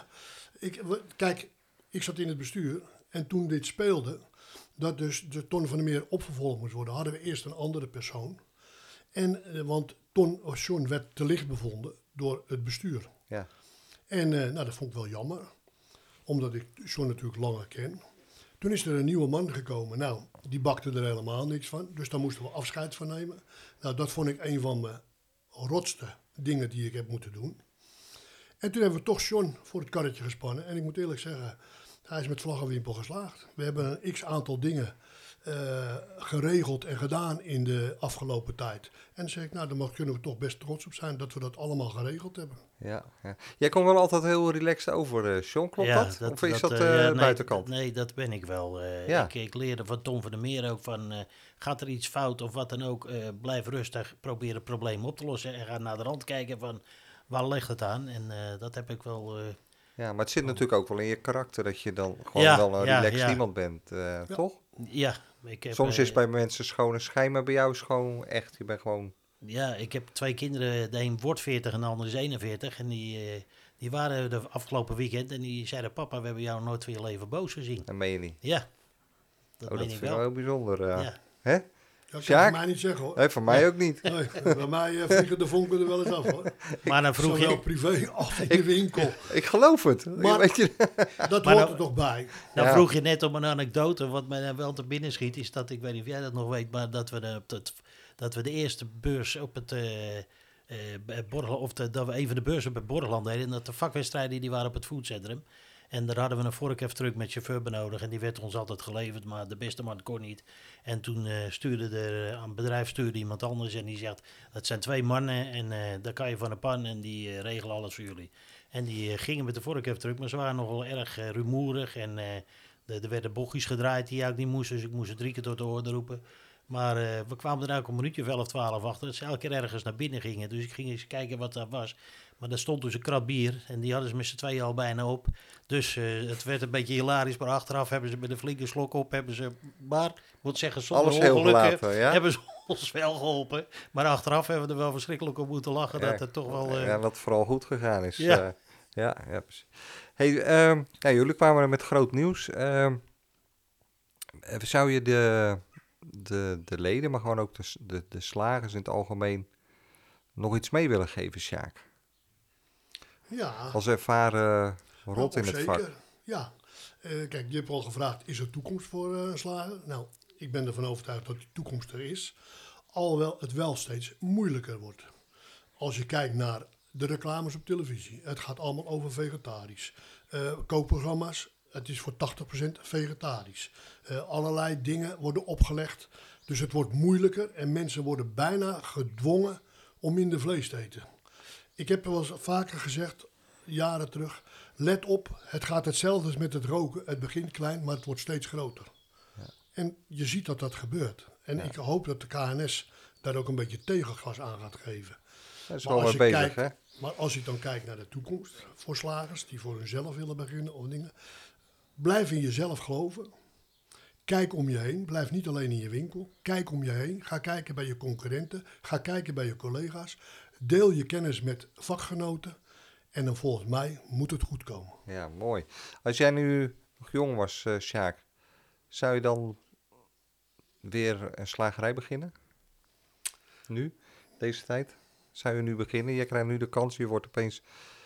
Ik bedoel, kijk, ik zat in het bestuur en toen dit speelde, dat dus de Ton van der Meer opgevolgd moest worden, hadden we eerst een andere persoon. Want John werd te licht bevonden door het bestuur. Ja. En dat vond ik wel jammer, omdat ik John natuurlijk langer ken. Toen is er een nieuwe man gekomen. Nou, die bakte er helemaal niks van. Dus daar moesten we afscheid van nemen. Nou, dat vond ik een van mijn rotste dingen die ik heb moeten doen. En toen hebben we toch John voor het karretje gespannen. En ik moet eerlijk zeggen, hij is met vlag en wimpel geslaagd. We hebben een x-aantal dingen geregeld en gedaan in de afgelopen tijd. En dan zeg ik, nou, daar kunnen we toch best trots op zijn dat we dat allemaal geregeld hebben. Ja. Jij komt wel altijd heel relaxed over, John, klopt dat? Of is dat de buitenkant? Nee, dat ben ik wel. Ik leerde van Tom van der Meer ook van, gaat er iets fout of wat dan ook, blijf rustig, probeer het probleem op te lossen en ga naar de rand kijken van, waar ligt het aan? En dat heb ik wel... Ja, maar het zit natuurlijk ook wel in je karakter dat je dan gewoon wel een relaxed iemand bent, toch? Ja. Soms is bij mensen schoon en schijn, maar bij jou is gewoon echt, je bent gewoon... Ja, ik heb 2 kinderen, de een wordt 40 en de ander is 41. En die waren de afgelopen weekend en die zeiden, papa, we hebben jou nooit van je leven boos gezien. Dat meen je niet. Ja, dat dat meen vind ik ik wel. wel heel bijzonder. Ja. Hè? Dat kan je mij niet zeggen, hoor. Nee, voor mij ook niet. Nee, bij mij vliegen de vonken er wel eens af, hoor. Maar dan vroeg Zowel je... privé als in de winkel. Ik geloof het. Maar- Weet je? Dat Maar hoort nou- er toch bij. Nou Ja. vroeg je net om een anekdote, wat mij wel te binnen schiet, is dat, ik weet niet of jij dat nog weet, maar dat we de eerste beurs op het Borgland, of dat we even de beurs op het Borgland deden, en dat de vakwedstrijden die waren op het foodcentrum. En daar hadden we een vorkheftruck met chauffeur benodigd en die werd ons altijd geleverd, maar de beste man kon niet. En toen aan het bedrijf stuurde iemand anders en die zegt, dat zijn 2 mannen en daar kan je van een pan en die regelen alles voor jullie. En die gingen met de vorkheftruck, maar ze waren nogal erg rumoerig en er werden bochtjes gedraaid die eigenlijk niet moesten, dus ik moest ze 3 keer tot de orde roepen. Maar we kwamen er ook een minuutje of 11, 12 achter dat ze elke keer ergens naar binnen gingen. Dus ik ging eens kijken wat dat was. Maar daar stond dus een krat bier en die hadden ze met z'n tweeën al bijna op. Dus het werd een beetje hilarisch, maar achteraf hebben ze met een flinke slok op, maar ik moet zeggen, zonder Alles heel ongelukken, gelaten, ja? hebben ze ons wel geholpen. Maar achteraf hebben we er wel verschrikkelijk op moeten lachen dat het toch wel... Ja, dat het vooral goed gegaan is. Ja. Ja, precies. Hey, ja, jullie kwamen met groot nieuws. Zou je de leden, maar gewoon ook de slagers in het algemeen nog iets mee willen geven, Sjaak? Ja. Als ervaren rot in Nou, het zeker. vak. Ja. Kijk, je hebt al gevraagd, is er toekomst voor een slager? Nou, ik ben ervan overtuigd dat die toekomst er is. Alhoewel het wel steeds moeilijker wordt. Als je kijkt naar de reclames op televisie. Het gaat allemaal over vegetarisch. Kookprogramma's, het is voor 80% vegetarisch. Allerlei dingen worden opgelegd. Dus het wordt moeilijker en mensen worden bijna gedwongen om minder vlees te eten. Ik heb wel eens vaker gezegd, jaren terug, let op, het gaat hetzelfde als met het roken. Het begint klein, maar het wordt steeds groter. Ja. En je ziet dat dat gebeurt. En ik hoop dat de KNS daar ook een beetje tegengas aan gaat geven. Dat is wel mee bezig, hè? Maar als je dan kijkt naar de toekomst voor slagers die voor hunzelf willen beginnen of dingen, blijf in jezelf geloven. Kijk om je heen, blijf niet alleen in je winkel. Kijk om je heen, ga kijken bij je concurrenten, ga kijken bij je collega's. Deel je kennis met vakgenoten en dan volgens mij moet het goed komen. Ja, mooi. Als jij nu nog jong was, Sjaak, zou je dan weer een slagerij beginnen? Nu, deze tijd? Zou je nu beginnen? Je krijgt nu de kans, je wordt opeens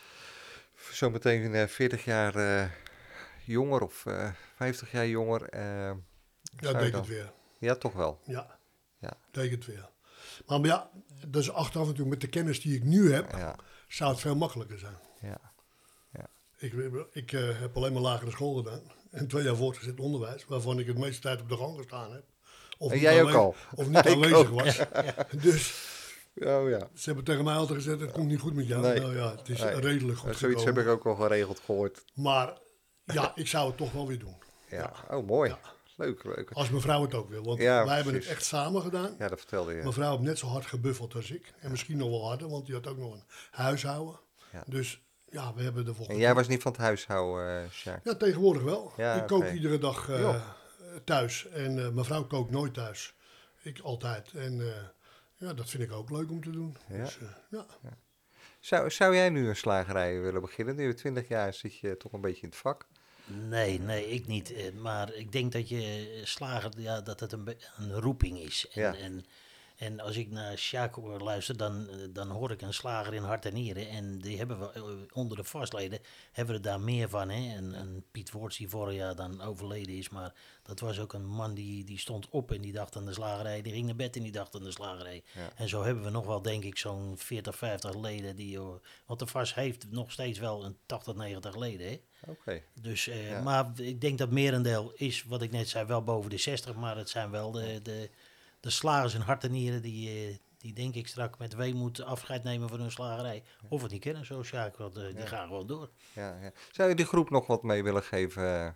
zometeen 40 jaar jonger of 50 jaar jonger. Ja, denk het weer. Ja, toch wel? Ja, Ja. denk het weer. Maar ja, dat is achteraf natuurlijk met de kennis die ik nu heb, zou het veel makkelijker zijn. Ja. Ja. Ik heb alleen maar lagere school gedaan en 2 jaar voortgezet onderwijs, waarvan ik het meeste tijd op de gang gestaan heb. Of en jij ook al? Of niet aanwezig was. Dus oh, ja. ze hebben tegen mij altijd gezegd, het komt niet goed met jou. Nee. Nou ja, het is redelijk goed Zoiets gekomen. heb ik ook al geregeld gehoord. Maar ja, ik zou het toch wel weer doen. Ja, oh mooi. Ja. Leuk. Als mevrouw het ook wil, want wij hebben het echt samen gedaan. Ja, dat vertelde je. Mevrouw heeft net zo hard gebuffeld als ik. En misschien nog wel harder, want die had ook nog een huishouden. Ja. Dus ja, we hebben ervoor. En jij was niet van het huishouden, Sjaak? Ja, tegenwoordig wel. Ja, ik kook iedere dag thuis. En mevrouw kookt nooit thuis. Ik altijd. En ja, dat vind ik ook leuk om te doen. Ja. Dus, ja. Zou jij nu een slagerij willen beginnen? Nu 20 jaar zit je toch een beetje in het vak. Nee, ik niet. Maar ik denk dat je slager, ja, dat het een roeping is. En als ik naar Sjaak luister, dan hoor ik een slager in hart en nieren. En die hebben we onder de vastleden, hebben we er daar meer van. Hè? En Piet Voorts, die vorig jaar dan overleden is. Maar dat was ook een man die stond op en die dacht aan de slagerij. Die ging naar bed en die dacht aan de slagerij. Ja. En zo hebben we nog wel, denk ik, zo'n 40, 50 leden. Want de Vas heeft nog steeds wel een 80, 90 leden. Hè? Okay. Dus, maar ik denk dat merendeel is, wat ik net zei, wel boven de 60. Maar het zijn wel de slagers in hart en nieren die denk ik straks met weemoed afscheid nemen van hun slagerij. Ja. Of het niet kennen, zo Sjaak, want die gaan gewoon door. Ja. Zou je die groep nog wat mee willen geven?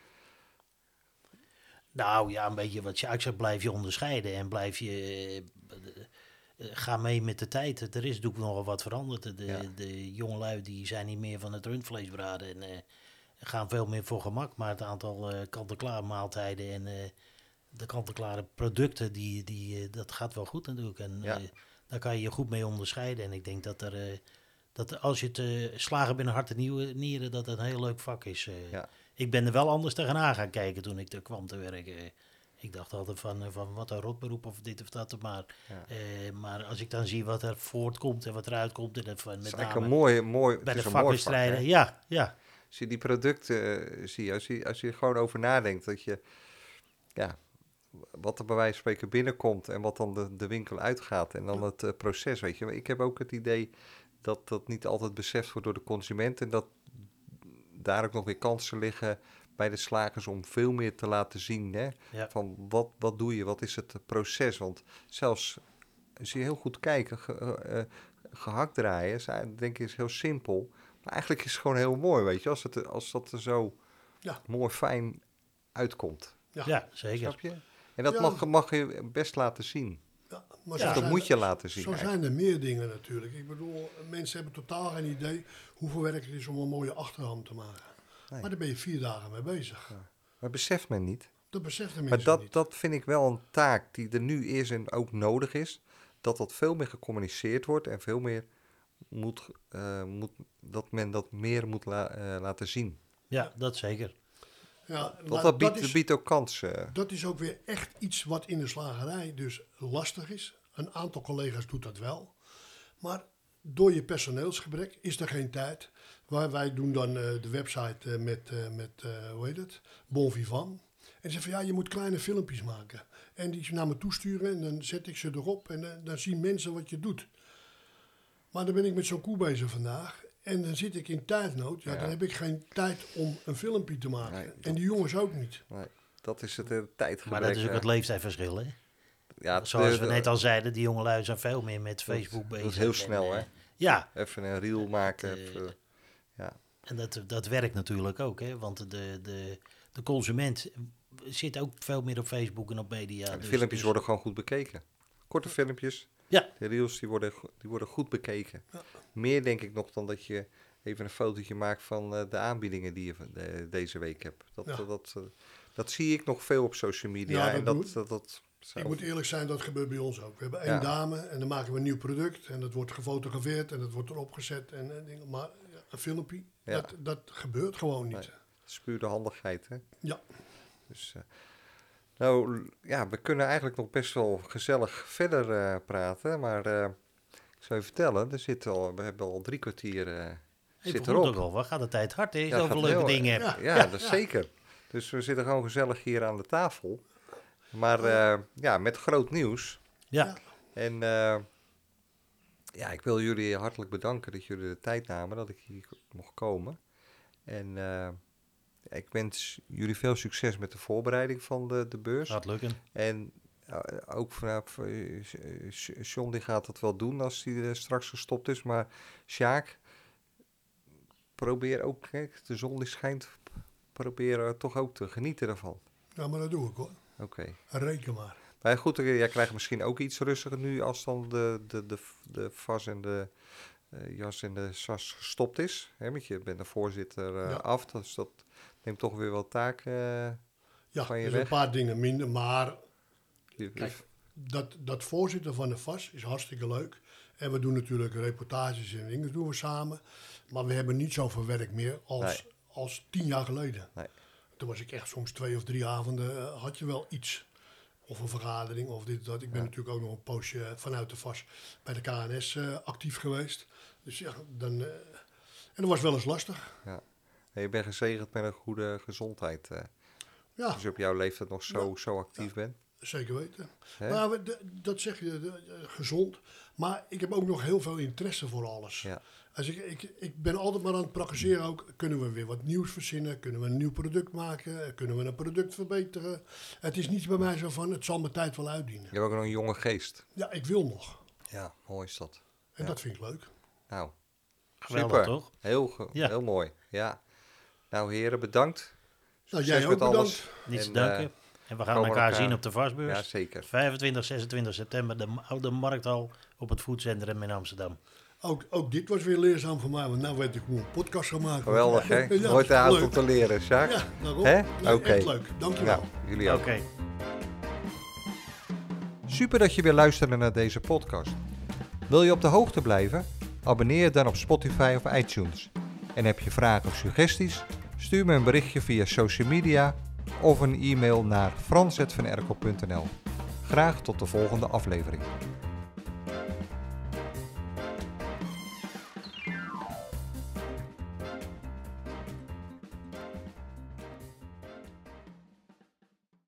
Nou ja, een beetje wat Sjaak zegt, blijf je onderscheiden en blijf je... ga mee met de tijd. Er is natuurlijk nogal wat veranderd. De jongelui die zijn niet meer van het rundvlees braden en gaan veel meer voor gemak. Maar het aantal kant-en-klaar maaltijden en... de kant-en-klare producten, dat gaat wel goed natuurlijk. En daar kan je je goed mee onderscheiden. En ik denk dat als je het slagen binnen hart en nieren, dat het een heel leuk vak is. Ik ben er wel anders tegenaan gaan kijken toen ik er kwam te werken. Ik dacht altijd van wat een rotberoep of dit of dat. Maar als ik dan zie wat er voortkomt en wat eruit komt. En van, met name een mooi bij de vakwedstrijden. Ja. Als je die producten als je er gewoon over nadenkt dat je... Ja, wat er bij wijze van spreken binnenkomt en wat dan de winkel uitgaat en dan het proces, weet je. Ik heb ook het idee dat dat niet altijd beseft wordt door de consument en dat daar ook nog weer kansen liggen bij de slagers om veel meer te laten zien. Hè? Ja. Van wat doe je, wat is het proces? Want zelfs als je heel goed kijkt, gehakt draaien, denk ik is heel simpel. Maar eigenlijk is het gewoon heel mooi, weet je, als dat er zo mooi fijn uitkomt. Ja, zeker. Snap je? En dat mag je best laten zien. Ja, maar dat moet je laten zien. Zo eigenlijk. Zijn er meer dingen natuurlijk. Ik bedoel, mensen hebben totaal geen idee hoeveel werk het is om een mooie achterhand te maken. Nee. Maar daar ben je 4 dagen mee bezig. Ja. Maar beseft men niet? Dat beseft de Maar mensen niet. dat vind ik wel een taak die er nu is en ook nodig is. Dat veel meer gecommuniceerd wordt en veel meer dat men dat meer moet laten zien. Ja, dat zeker. Ja, Want maar dat biedt ook kansen. dat is ook weer echt iets wat in de slagerij dus lastig is. Een aantal collega's doet dat wel. Maar door je personeelsgebrek is er geen tijd. Wij doen dan de website met hoe heet het? Bon Vivant. En ze zeggen van ja, je moet kleine filmpjes maken. En die ze naar me toesturen en dan zet ik ze erop en dan zien mensen wat je doet. Maar dan ben ik met zo'n koe bezig vandaag. En dan zit ik in tijdnood. Ja, dan heb ik geen tijd om een filmpje te maken. Nee, en die jongens ook niet. Nee, dat is het tijdgebrek. Maar dat is ook het leeftijdsverschil, hè? Ja, Zoals we net al zeiden, die jongelui zijn veel meer met Facebook bezig. Dat is heel snel, hè? Ja. Even een reel maken. Ja. En dat werkt natuurlijk ook, hè? Want de consument zit ook veel meer op Facebook en op media. De filmpjes worden gewoon goed bekeken. Korte filmpjes. Ja. De reels die worden goed bekeken. Ja. Meer denk ik nog dan dat je even een fotootje maakt van de aanbiedingen die je deze week hebt. Dat zie ik nog veel op social media. Ja, Ik moet eerlijk zijn, dat gebeurt bij ons ook. We hebben één dame en dan maken we een nieuw product. En dat wordt gefotografeerd en dat wordt erop gezet. Maar een filmpje, dat gebeurt gewoon niet. Nee, dat is puur de handigheid, hè? Ja. Dus, we kunnen eigenlijk nog best wel gezellig verder praten. Maar ik zou je vertellen, we hebben al 3 kwartier zit erop. Ook al, wat gaat de tijd hard, hè? Zoveel leuke dingen hebt. Ja, dat is zeker. Dus we zitten gewoon gezellig hier aan de tafel. Maar met groot nieuws. Ja. En ik wil jullie hartelijk bedanken dat jullie de tijd namen dat ik hier mocht komen. En ik wens jullie veel succes met de voorbereiding van de beurs. Gaat lukken. En ook vanaf John die gaat dat wel doen als hij straks gestopt is. Maar Sjaak, probeer ook, de zon die schijnt, probeer toch ook te genieten ervan. Ja, maar dat doe ik hoor. Oké. Reken maar. Maar goed, jij krijgt misschien ook iets rustiger nu als dan de vas en de jas en de sas gestopt is. Hè, want je bent de voorzitter af, dus dat neemt toch weer wat taak van je weg. Een paar dingen minder, maar kijk, dat voorzitter van de VAS is hartstikke leuk. En we doen natuurlijk reportages en dingen doen we samen. Maar we hebben niet zoveel werk meer als 10 jaar geleden. Nee. Toen was ik echt soms 2 of 3 avonden, had je wel iets. Of een vergadering of dit dat. Ik ben natuurlijk ook nog een poosje vanuit de VAS bij de KNS actief geweest. Dus ja, en dat was wel eens lastig. Ja. En je bent gezegend met een goede gezondheid. Dus je op jouw leeftijd nog zo actief bent. Zeker weten. Nou, dat zeg je, gezond. Maar ik heb ook nog heel veel interesse voor alles. Ja. Dus ik ben altijd maar aan het praktiseren ook. Kunnen we weer wat nieuws verzinnen? Kunnen we een nieuw product maken? Kunnen we een product verbeteren? Het is niet bij mij zo van, het zal mijn tijd wel uitdienen. Je hebt ook nog een jonge geest. Ja, ik wil nog. Ja, mooi is dat. En dat vind ik leuk. Nou, geweldig, super. Toch? Heel mooi. Ja. Nou heren, bedankt. Nou, jij ook bedankt. Niets te danken. En we gaan elkaar zien op de Vasbeurs. Ja, zeker. 25, 26 september, de Oude Markthal op het Foodcentrum in Amsterdam. Ook dit was weer leerzaam voor mij, want nou weet ik hoe een podcast gaan maken. Geweldig, hè? Ja, nooit te oud om te leren, Sjaak. Ja, daarom. Oké. Echt leuk. Dankjewel. Nou, jullie ook. Oké. Super dat je weer luisterde naar deze podcast. Wil je op de hoogte blijven? Abonneer je dan op Spotify of iTunes. En heb je vragen of suggesties? Stuur me een berichtje via social media of een e-mail naar frans@vanerkel.nl. Graag tot de volgende aflevering.